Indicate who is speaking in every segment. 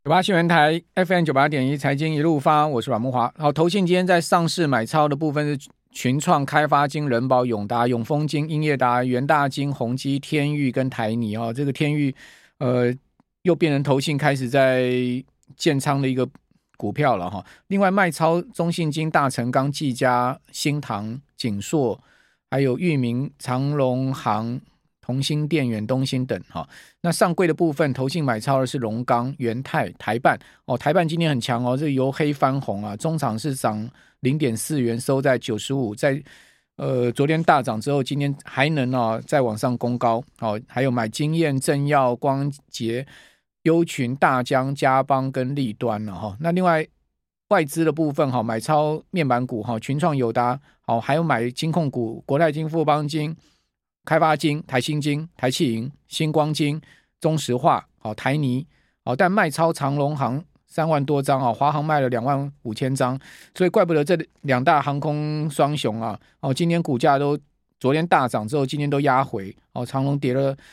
Speaker 1: 九八新闻台 FM 98.1财经一路发，我是阮慕华。好，投信今天在上市买超的部分是群创、开发金、人保、永达、永丰金、英业达、元大金、宏基、天域跟台泥哦。这个天域又变成投信开始在建仓的一个股票了哈。另外卖超中信金、大成钢、技嘉、新唐、景硕，还有裕民、长荣航、同心电源、东兴等哈。那上柜的部分，投信买超的是龙钢、元泰、台办哦。台办今天很强哦，这由黑翻红啊，中场是涨0.4元，收在95，在昨天大涨之后，今天还能再往上攻高哦。还有买经验、正耀、光捷、优群、大江、嘉邦跟立端了哈。那另外外资的部分哈，买超面板股哈，群创、友达好，还有买金控股，国泰金、富邦金、开发金、台新金、台企银、星光金、中石化、台泥，但卖超长荣航3万多张，华航卖了25000张，所以怪不得这两大航空双雄今天股价都昨天大涨之后，今天都压回，长荣跌了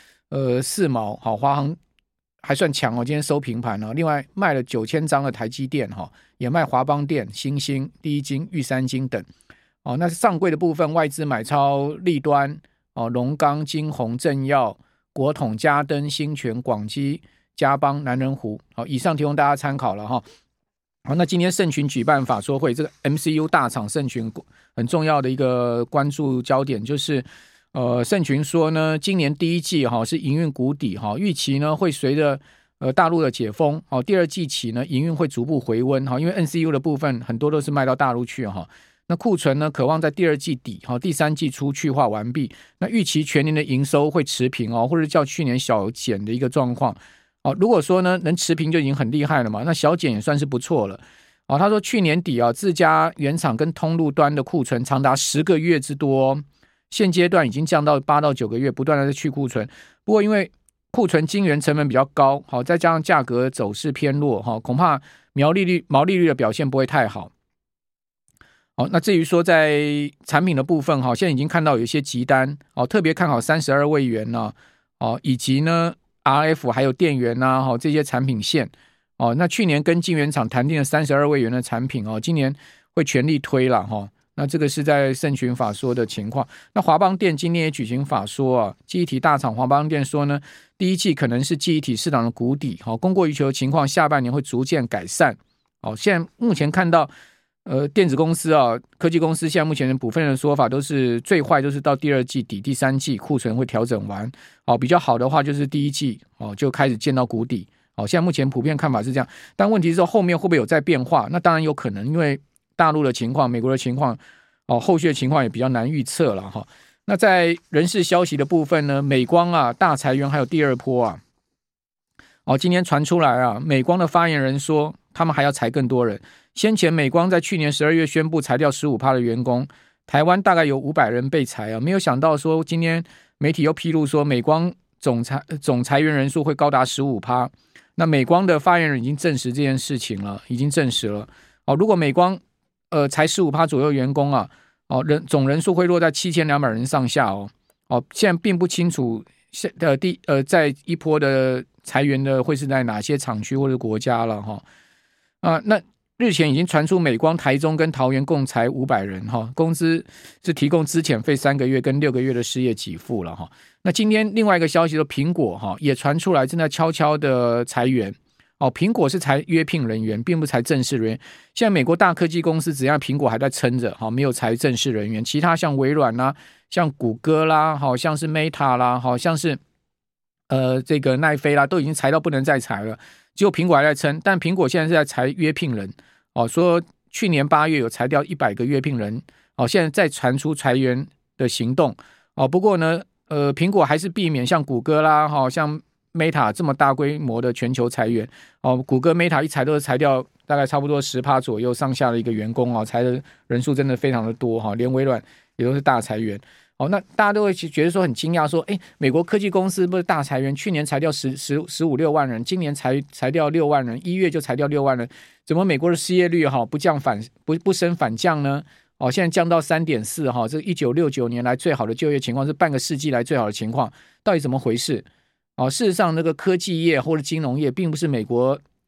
Speaker 1: 4毛，华航还算强今天收平盘另外卖了9000张的台积电也卖华邦电、新兴、第一金、玉山金等那上柜的部分，外资买超立端、龙钢、金鸿、正耀、国统、嘉登、新泉、广基、嘉邦、南人湖以上提供大家参考了好，那今天盛群举办法说会，这个 MCU 大厂盛群很重要的一个关注焦点就是盛群说呢，今年第一季是营运谷底预期呢会随着大陆的解封第二季起呢营运会逐步回温因为 NCU 的部分很多都是卖到大陆去那库存呢渴望在第二季底第三季初去化完毕，那预期全年的营收会持平或者较去年小减的一个状况如果说呢能持平就已经很厉害了嘛，那小减也算是不错了他说去年底自家原厂跟通路端的库存长达10个月之多现阶段已经降到8到9个月，不断的去库存。不过因为库存晶圆成本比较高再加上价格走势偏弱恐怕毛利率的表现不会太好那至于说在产品的部分现在已经看到有一些急单特别看好32位元以及呢 RF 还有电源这些产品线那去年跟晶圆厂谈定了32位元的产品今年会全力推了那这个是在盛群法说的情况。那华邦电今天也举行法说记忆体大厂华邦电说呢，第一季可能是记忆体市场的谷底供过于求的情况下半年会逐渐改善现在目前看到电子公司科技公司现在目前的部分的说法都是最坏就是到第二季底第三季库存会调整完比较好的话就是第一季就开始见到谷底现在目前普遍看法是这样，但问题是说后面会不会有再变化，那当然有可能，因为大陆的情况美国的情况后续的情况也比较难预测了那在人事消息的部分呢，美光大裁员还有第二波今天传出来美光的发言人说他们还要裁更多人，先前美光在去年12月宣布裁掉 15% 的员工，台湾大概有500人被裁没有想到说今天媒体又披露说美光总裁员人数会高达 15%， 那美光的发言人已经证实这件事情了，已经证实了如果美光裁 15% 左右员工总人数会落在7200人上下现在并不清楚在一波的裁员的会是在哪些厂区或者国家了那日前已经传出美光台中跟桃园共裁500人工资是提供资遣费3个月跟6个月的失业给付了那今天另外一个消息说苹果也传出来正在悄悄的裁员苹果是裁约聘人员并不裁正式人员，现在美国大科技公司只要苹果还在撑着没有裁正式人员，其他像微软啦像谷歌啦像是 Meta 啦像是这个奈飞啦都已经裁到不能再裁了，只有苹果还在撑，但苹果现在是在裁约聘人说去年8月有裁掉100个约聘人现在再传出裁员的行动不过呢苹果还是避免像谷歌啦像Meta 这么大规模的全球裁员谷歌 Meta 一裁都是裁掉大概差不多 10% 左右上下的一个员工裁的人数真的非常的多连微软也都是大裁员那大家都会觉得说很惊讶说美国科技公司不是大裁员，去年裁掉15-16万人，今年裁掉6万人，1月就裁掉6万人，怎么美国的失业率不升反降呢现在降到 3.4 这1969年来最好的就业情况，是半个世纪来最好的情况，到底怎么回事事实上那个科技业或者金融业并不是美国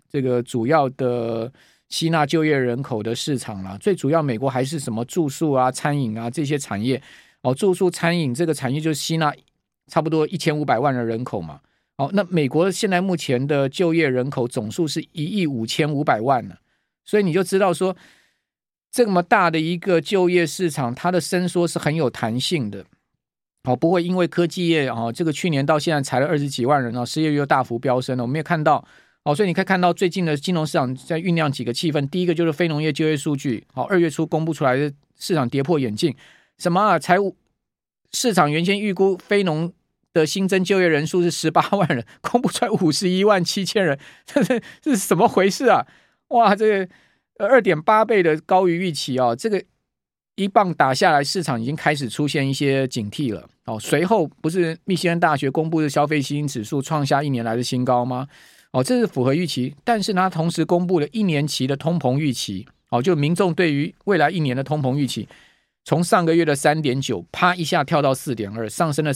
Speaker 1: 这个主要的吸纳就业人口的市场啦。最主要美国还是什么住宿啊、餐饮啊这些产业。住宿餐饮这个产业就吸纳差不多1500万的人口嘛。那美国现在目前的就业人口总数是15500万了，所以你就知道说这么大的一个就业市场，它的伸缩是很有弹性的。不会因为科技业这个去年到现在裁了20几万人，失业率又大幅飙升了。我们也看到所以你可以看到最近的金融市场在酝酿几个气氛。第一个就是非农业就业数据，2月初公布出来的市场跌破眼镜，什么财务市场原先预估非农的新增就业人数是18万人，公布出来51万7千人，这是什么回事啊？哇，这个2.8倍的高于预期这个一棒打下来，市场已经开始出现一些警惕了。随后不是密西根大学公布的消费信心指数创下1年来的新高吗？这是符合预期，但是它同时公布了1年期的通膨预期，就民众对于未来1年的通膨预期，从上个月的 3.9% 啪一下跳到 4.2%， 上升了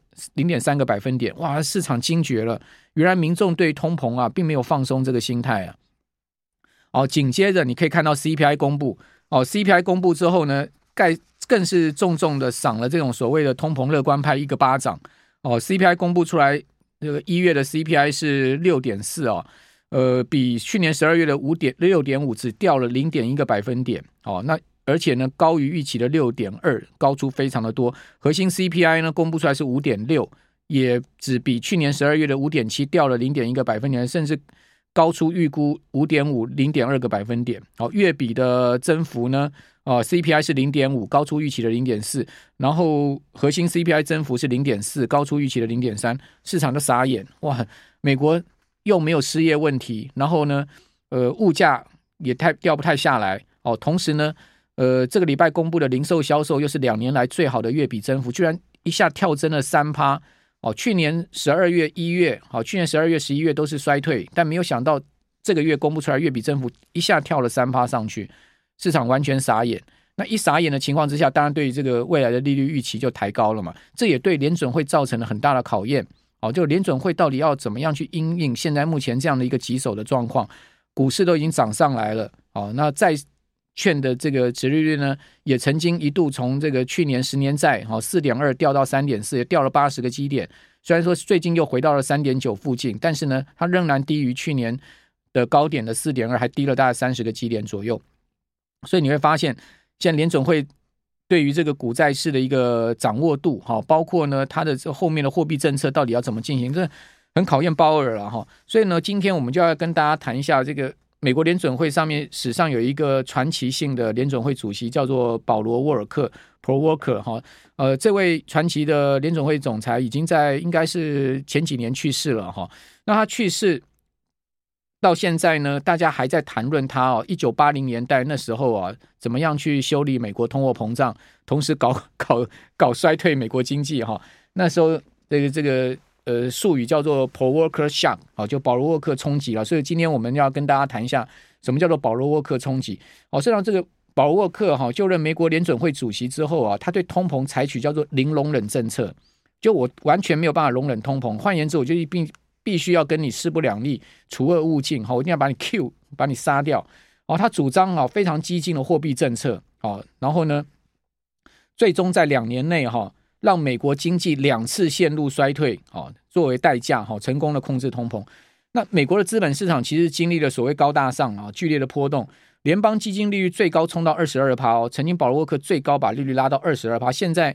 Speaker 1: 0.3个百分点。哇，市场惊觉了，原来民众对通膨并没有放松这个心态紧接着你可以看到 CPI 公布CPI 公布之后呢，更是重重的赏了这种所谓的通膨乐观派一个巴掌。CPI 公布出来，这个1月的 CPI 是 6.4 比去年12月的 6.5 只掉了 0.1个百分点。那而且呢高于预期的 6.2， 高出非常的多。核心 CPI 呢公布出来是 5.6， 也只比去年12月的 5.7 掉了 0.1个百分点，甚至高出预估 5.5 0.2个百分点。月比的增幅呢CPI 是 0.5， 高出预期的 0.4， 然后核心 CPI 增幅是 0.4， 高出预期的 0.3， 市场都傻眼。哇，美国又没有失业问题，然后呢物价也掉不太下来同时呢这个礼拜公布的零售销售又是2年来最好的月比增幅，居然一下跳增了 3%。去年12月1月去年12月11月都是衰退，但没有想到这个月公布出来月比增幅一下跳了 3% 上去，市场完全傻眼。那一傻眼的情况之下，当然对于这个未来的利率预期就抬高了嘛，这也对联准会造成了很大的考验。就联准会到底要怎么样去因应现在目前这样的一个棘手的状况，股市都已经涨上来了。那债券的这个殖利率呢，也曾经一度从这个去年10年债 4.2 掉到 3.4， 也掉了80个基点。虽然说最近又回到了 3.9 附近，但是呢它仍然低于去年的高点的 4.2， 还低了大概30个基点左右。所以你会发现现在联准会对于这个股债市的一个掌握度，包括呢它的后面的货币政策到底要怎么进行，这很考验鲍尔了。所以呢今天我们就要跟大家谈一下这个美国联准会上面史上有一个传奇性的联准会主席，叫做保罗沃尔克 Paul Volcker。这位传奇的联准会总裁已经在应该是前几年去世了。那他去世到现在呢，大家还在谈论他1980年代那时候怎么样去修理美国通货膨胀，同时搞衰退美国经济。那时候这个术语叫做 Paul Volcker Shock， 就保罗沃克冲击了。所以今天我们要跟大家谈一下什么叫做保罗沃克冲击。实际上这个保罗沃克就任美国联准会主席之后他对通膨采取叫做零容忍政策，就我完全没有办法容忍通膨，换言之我就必须要跟你势不两立，除恶务尽，我一定要把你 Q 把你杀掉。他主张非常激进的货币政策，然后呢最终在2年内让美国经济2次陷入衰退，作为代价成功的控制通膨。那美国的资本市场其实经历了所谓高大上剧烈的波动，联邦基金利率最高冲到 22%， 曾经保罗沃克最高把利率拉到 22%， 现在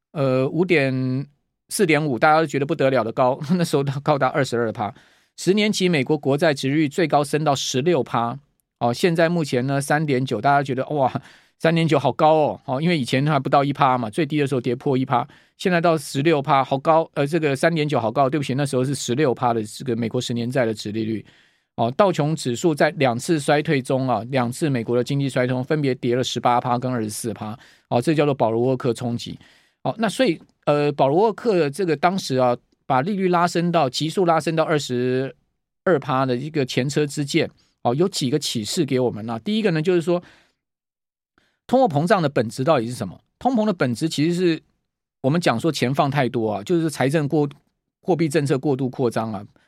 Speaker 1: 4.5 大家都觉得不得了的高，那时候高达 22%。 10年期美国国债殖利率最高升到 16%， 现在目前呢 3.9， 大家觉得哇 3.9 好高因为以前还不到 1% 嘛，最低的时候跌破 1%， 现在到 16%， 好高。这个 3.9 好高，对不起，那时候是 16% 的这个美国10年债的殖利率。道琼指数在2次衰退中2次美国的经济衰退中分别跌了 18% 跟 24%， 这叫做保罗沃克冲击。那所以保罗沃克这个当时把利率急速拉升到 22% 的一个前车之鉴有几个启示给我们。第一个呢就是说通货膨胀的本质到底是什么？通膨的本质其实是我们讲说钱放太多就是财政货币政策过度扩张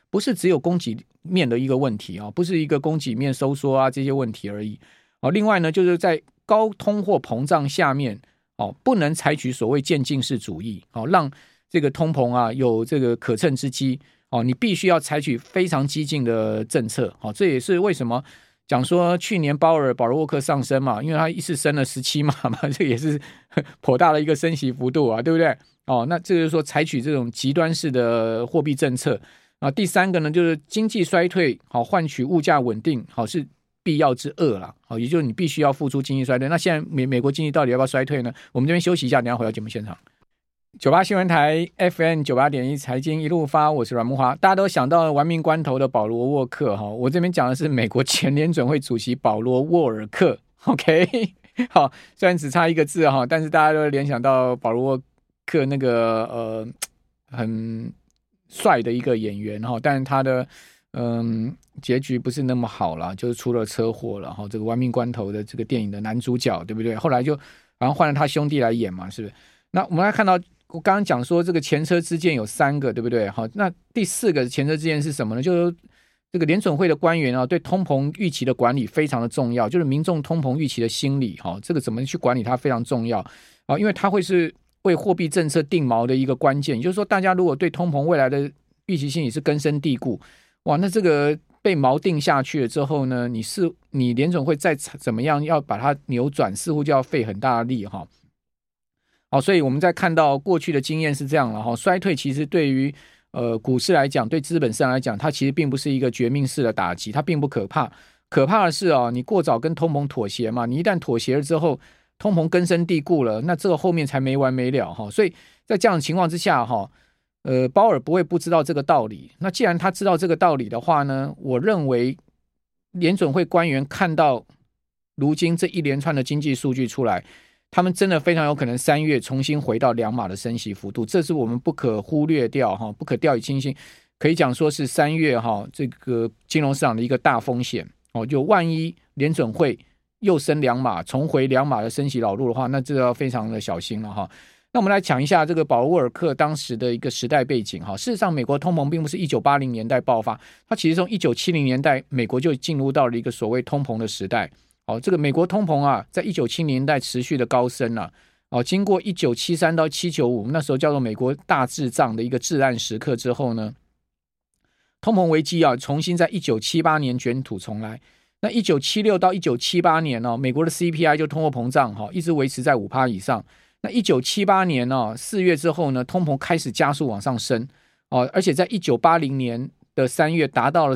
Speaker 1: 不是只有供给面的一个问题啊，不是一个供给面收缩啊这些问题而已。另外呢，就是在高通货膨胀下面，不能采取所谓渐进式主义，让这个通膨啊有这个可乘之机，你必须要采取非常激进的政策。这也是为什么讲说去年保罗沃克上升嘛，因为他一次升了17码嘛，这也是颇大的一个升息幅度啊，对不对？那这就是说采取这种极端式的货币政策。第三个呢，就是经济衰退换取物价稳定是必要之恶啦，也就是你必须要付出经济衰退。那现在美国经济到底要不要衰退呢？我们这边休息一下，等一下回到节目现场。98新闻台 FM 98.1财经一路发，我是阮慕骅。大家都想到玩命关头的保罗沃克，我这边讲的是美国前联准会主席保罗沃尔克。 OK， 好，虽然只差一个字，但是大家都联想到保罗沃克那个很帅的一个演员，但是他的结局不是那么好了，就是出了车祸了。这个玩命关头的这个电影的男主角，对不对？后来就好像换了他兄弟来演嘛，是不是？那我们来看到，我刚刚讲说这个前车之鉴有3个，对不对？好，那第4个前车之鉴是什么呢？就是这个联准会的官员对通膨预期的管理非常的重要，就是民众通膨预期的心理，这个怎么去管理它非常重要，因为它会是为货币政策定锚的一个关键。也就是说，大家如果对通膨未来的预期心理是根深蒂固，哇，那这个被锚定下去了之后呢，你联准会再怎么样要把它扭转，似乎就要费很大的力哈。好，所以我们在看到过去的经验是这样了哈，衰退其实对于股市来讲，对资本市场来讲，它其实并不是一个绝命式的打击，它并不可怕。可怕的是你过早跟通膨妥协嘛，你一旦妥协了之后，通膨根深蒂固了，那这个后面才没完没了哈。所以在这样的情况之下哈，鲍尔不会不知道这个道理。那既然他知道这个道理的话呢，我认为联准会官员看到如今这一连串的经济数据出来，他们真的非常有可能3月重新回到2码的升息幅度，这是我们不可忽略掉不可掉以轻心，可以讲说是3月这个金融市场的一个大风险就万一联准会又升2码，重回2码的升息老路的话，那这要非常的小心了哈。那我们来讲一下这个保罗沃尔克当时的一个时代背景哈。事实上，美国通膨并不是1980年代爆发，它其实从1970年代美国就进入到了一个所谓通膨的时代。这个美国通膨在1970年代持续的高升经过1973到795那时候叫做美国大滞胀的一个至暗时刻之后呢，通膨危机重新在1978年卷土重来。那1976到1978年美国的 CPI 就通货膨胀一直维持在 5% 以上。那1978年4月之后呢，通膨开始加速往上升而且在1980年的3月达到了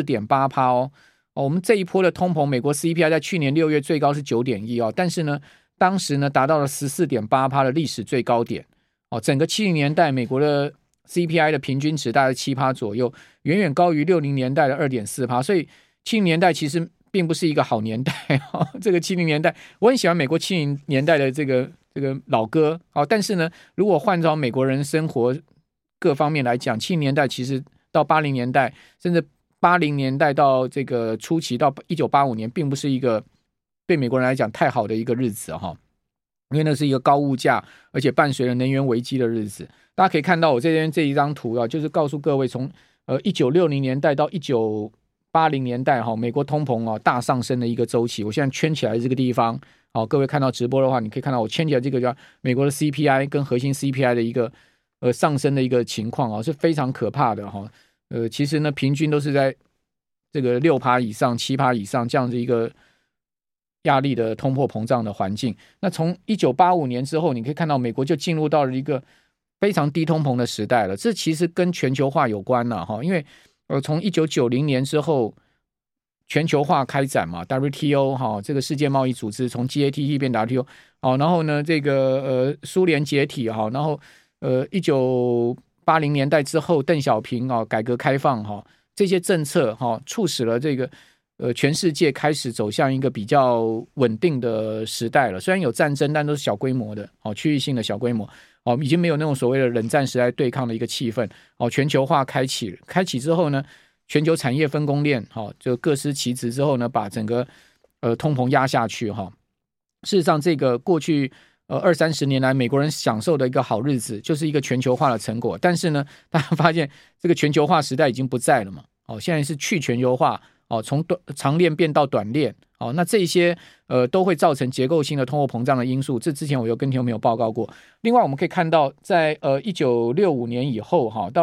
Speaker 1: 14.8% 我们这一波的通膨，美国 CPI 在去年6月最高是 9.1 但是呢当时呢达到了 14.8% 的历史最高点整个70年代美国的 CPI 的平均值大概 7% 左右，远远高于60年代的 2.4%， 所以70年代其实并不是一个好年代这个70年代我很喜欢美国70年代的这个老歌但是呢如果换照美国人生活各方面来讲，70年代其实到80年代甚至80年代到这个初期到1985年并不是一个对美国人来讲太好的一个日子因为那是一个高物价而且伴随着能源危机的日子。大家可以看到我这边这一张图就是告诉各位从1960年代到1980年代美国通膨大上升的一个周期。我现在圈起来这个地方各位看到直播的话，你可以看到我圈起来这个叫美国的 CPI 跟核心 CPI 的一个上升的一个情况是非常可怕的其实呢平均都是在这个 6% 以上 7% 以上这样的一个压力的通货膨胀的环境。那从1985年之后，你可以看到美国就进入到了一个非常低通膨的时代了。这其实跟全球化有关因为从1990年之后全球化开展嘛 WTO 这个世界贸易组织从 GATT 变 WTO 然后呢这个苏联解体然后1980年代之后邓小平改革开放这些政策促使了这个全世界开始走向一个比较稳定的时代了。虽然有战争，但都是小规模的区域性的小规模已经没有那种所谓的冷战时代对抗的一个气氛全球化开启之后呢，全球产业分工链就各司其职之后呢，把整个通膨压下去事实上这个过去 20-30年来美国人享受的一个好日子，就是一个全球化的成果。但是呢，大家发现这个全球化时代已经不在了嘛，现在是去全球化，从长链变到短链，那这些都会造成结构性的通货膨胀的因素，这之前我有跟听众朋友报告过。另外我们可以看到在1965年以后到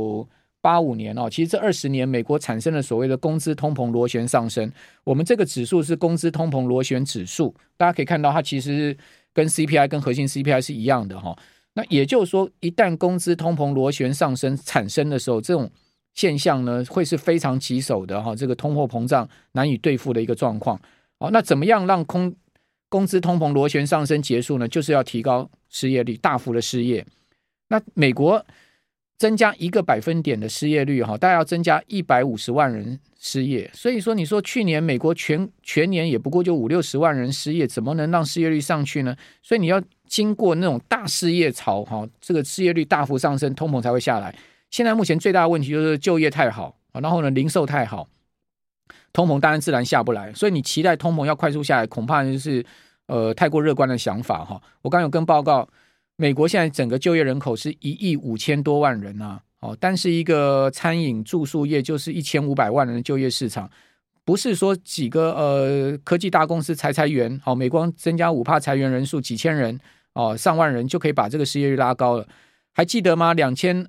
Speaker 1: 1985年其实这20年美国产生了所谓的工资通膨螺旋上升，我们这个指数是工资通膨螺旋指数，大家可以看到它其实跟 CPI 跟核心 CPI 是一样的那也就是说一旦工资通膨螺旋上升产生的时候，这种现象呢会是非常棘手的这个通货膨胀难以对付的一个状况。那怎么样让工资通膨螺旋上升结束呢？就是要提高失业率，大幅的失业。那美国增加1个百分点的失业率大概要增加150万人失业，所以说你说去年美国全年也不过就50-60万人失业，怎么能让失业率上去呢？所以你要经过那种大失业潮这个失业率大幅上升，通膨才会下来。现在目前最大的问题就是就业太好，然后呢零售太好，通膨当然自然下不来，所以你期待通膨要快速下来，恐怕就是太过乐观的想法我刚有跟报告，美国现在整个就业人口是1.5亿多万人但是一个餐饮住宿业就是1500万人的就业市场，不是说几个科技大公司裁员美国增加 5% 裁员人数几千人上万人就可以把这个失业率拉高了。还记得吗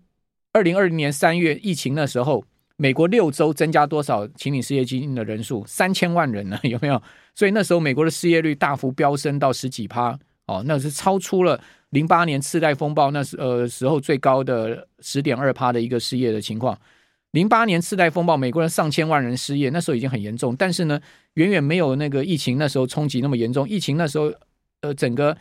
Speaker 1: ？2020年3月疫情的时候，美国6州增加多少请领失业金的人数？3000万人呢，有没有？所以那时候美国的失业率大幅飙升到10几%，那是超出了08年次贷风暴那时候最高的 10.2% 的一个失业的情况。08年次贷风暴美国人上千万人失业，那时候已经很严重，但是呢远远没有那个疫情那时候冲击那么严重。疫情那时候整个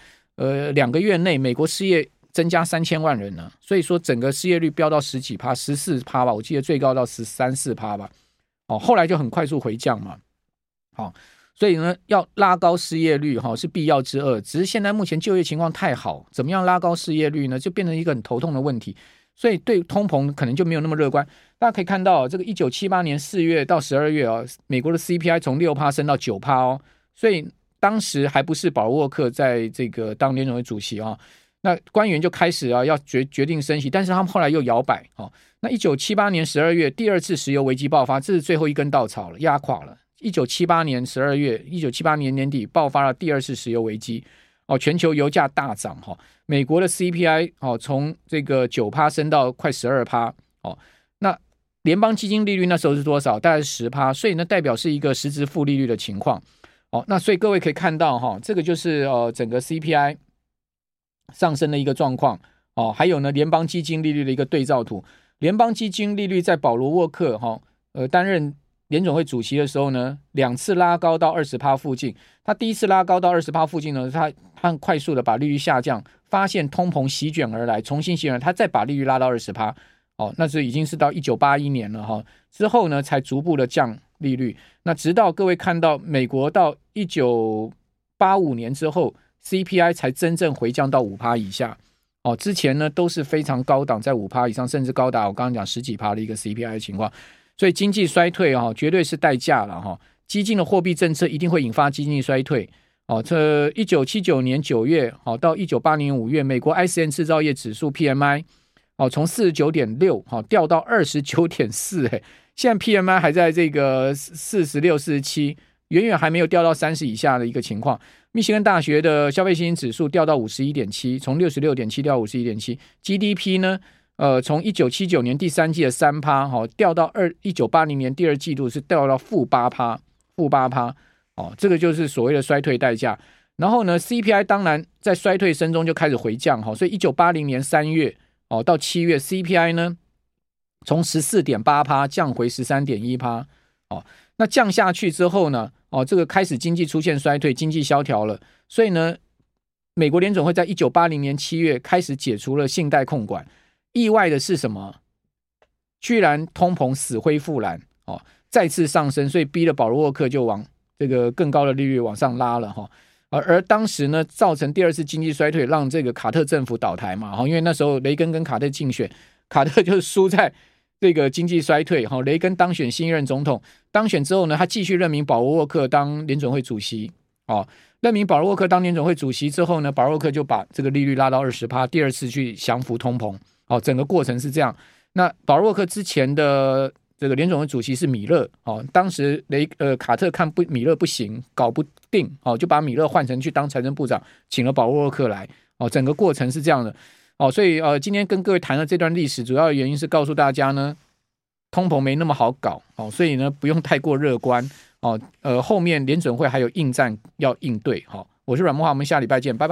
Speaker 1: 2个月内美国失业增加3000万人呢，所以说整个失业率飙到10几%、14%吧，我记得最高到13-14%吧。后来就很快速回降嘛。所以呢要拉高失业率是必要之恶，只是现在目前就业情况太好，怎么样拉高失业率呢？就变成一个很头痛的问题，所以对通膨可能就没有那么乐观。大家可以看到这个1978年4月到12月美国的 CPI 从 6% 升到 9% 所以当时还不是保罗沃克在这个当联准会主席那官员就开始要决定升息，但是他们后来又摇摆那1978年12月第二次石油危机爆发，这是最后一根稻草了，压垮了。1978年12月1978年年底爆发了第二次石油危机全球油价大涨美国的 CPI 从这个 9% 升到快 12% 那联邦基金利率那时候是多少？大概是 10%， 所以呢代表是一个实质负利率的情况那所以各位可以看到这个就是整个 CPI 上升的一个状况还有呢联邦基金利率的一个对照图。联邦基金利率在保罗沃克担任联准会主席的时候呢，2次拉高到 20% 附近。他第一次拉高到 20% 附近呢，他很快速的把利率下降，发现通膨席卷而来，重新席卷而来，他再把利率拉到 20%，那是已经是到1981年了之后呢才逐步的降利率。那直到各位看到美国到1985年之后 CPI 才真正回降到 5% 以下之前呢都是非常高档，在 5% 以上，甚至高达我刚刚讲10几%的一个 CPI 的情况。所以经济衰退绝对是代价了激进的货币政策一定会引发经济衰退这1979年9月到1980年5月美国 ISM 制造业指数 PMI 从 49.6 掉到 29.4 现在 PMI 还在这个46、47，远远还没有掉到30以下的一个情况。密歇根大学的消费信心指数掉到 51.7， 从 66.7 掉到 51.7， GDP 呢从1979年第三季的 3% 掉到1980年第二季度是掉到负 8%， 这个就是所谓的衰退代价。然后呢 CPI 当然在衰退声中就开始回降所以1980年3月到7月 CPI 呢从 14.8% 降回 13.1%那降下去之后呢这个开始经济出现衰退，经济萧条了，所以呢美国联准会在1980年7月开始解除了信贷控管。意外的是什么？居然通膨死灰复燃再次上升，所以逼了保罗沃克就往这个更高的利率往上拉了而当时呢造成第二次经济衰退，让这个卡特政府倒台嘛因为那时候雷根跟卡特竞选，卡特就是输在这个经济衰退雷根当选新任总统，当选之后呢他继续任命保罗沃克当联准会主席任命保罗沃克当联准会主席之后呢，保罗沃克就把这个利率拉到 20%， 第二次去降服通膨。整个过程是这样。那保罗沃克之前的这个联准会主席是米勒，当时卡特看米勒不行，搞不定，就把米勒换成去当财政部长，请了保罗沃克来，整个过程是这样的。所以今天跟各位谈的这段历史，主要的原因是告诉大家呢，通膨没那么好搞，所以呢不用太过乐观，后面联准会还有应战要应对。我是阮慕骅，我们下礼拜见，拜拜。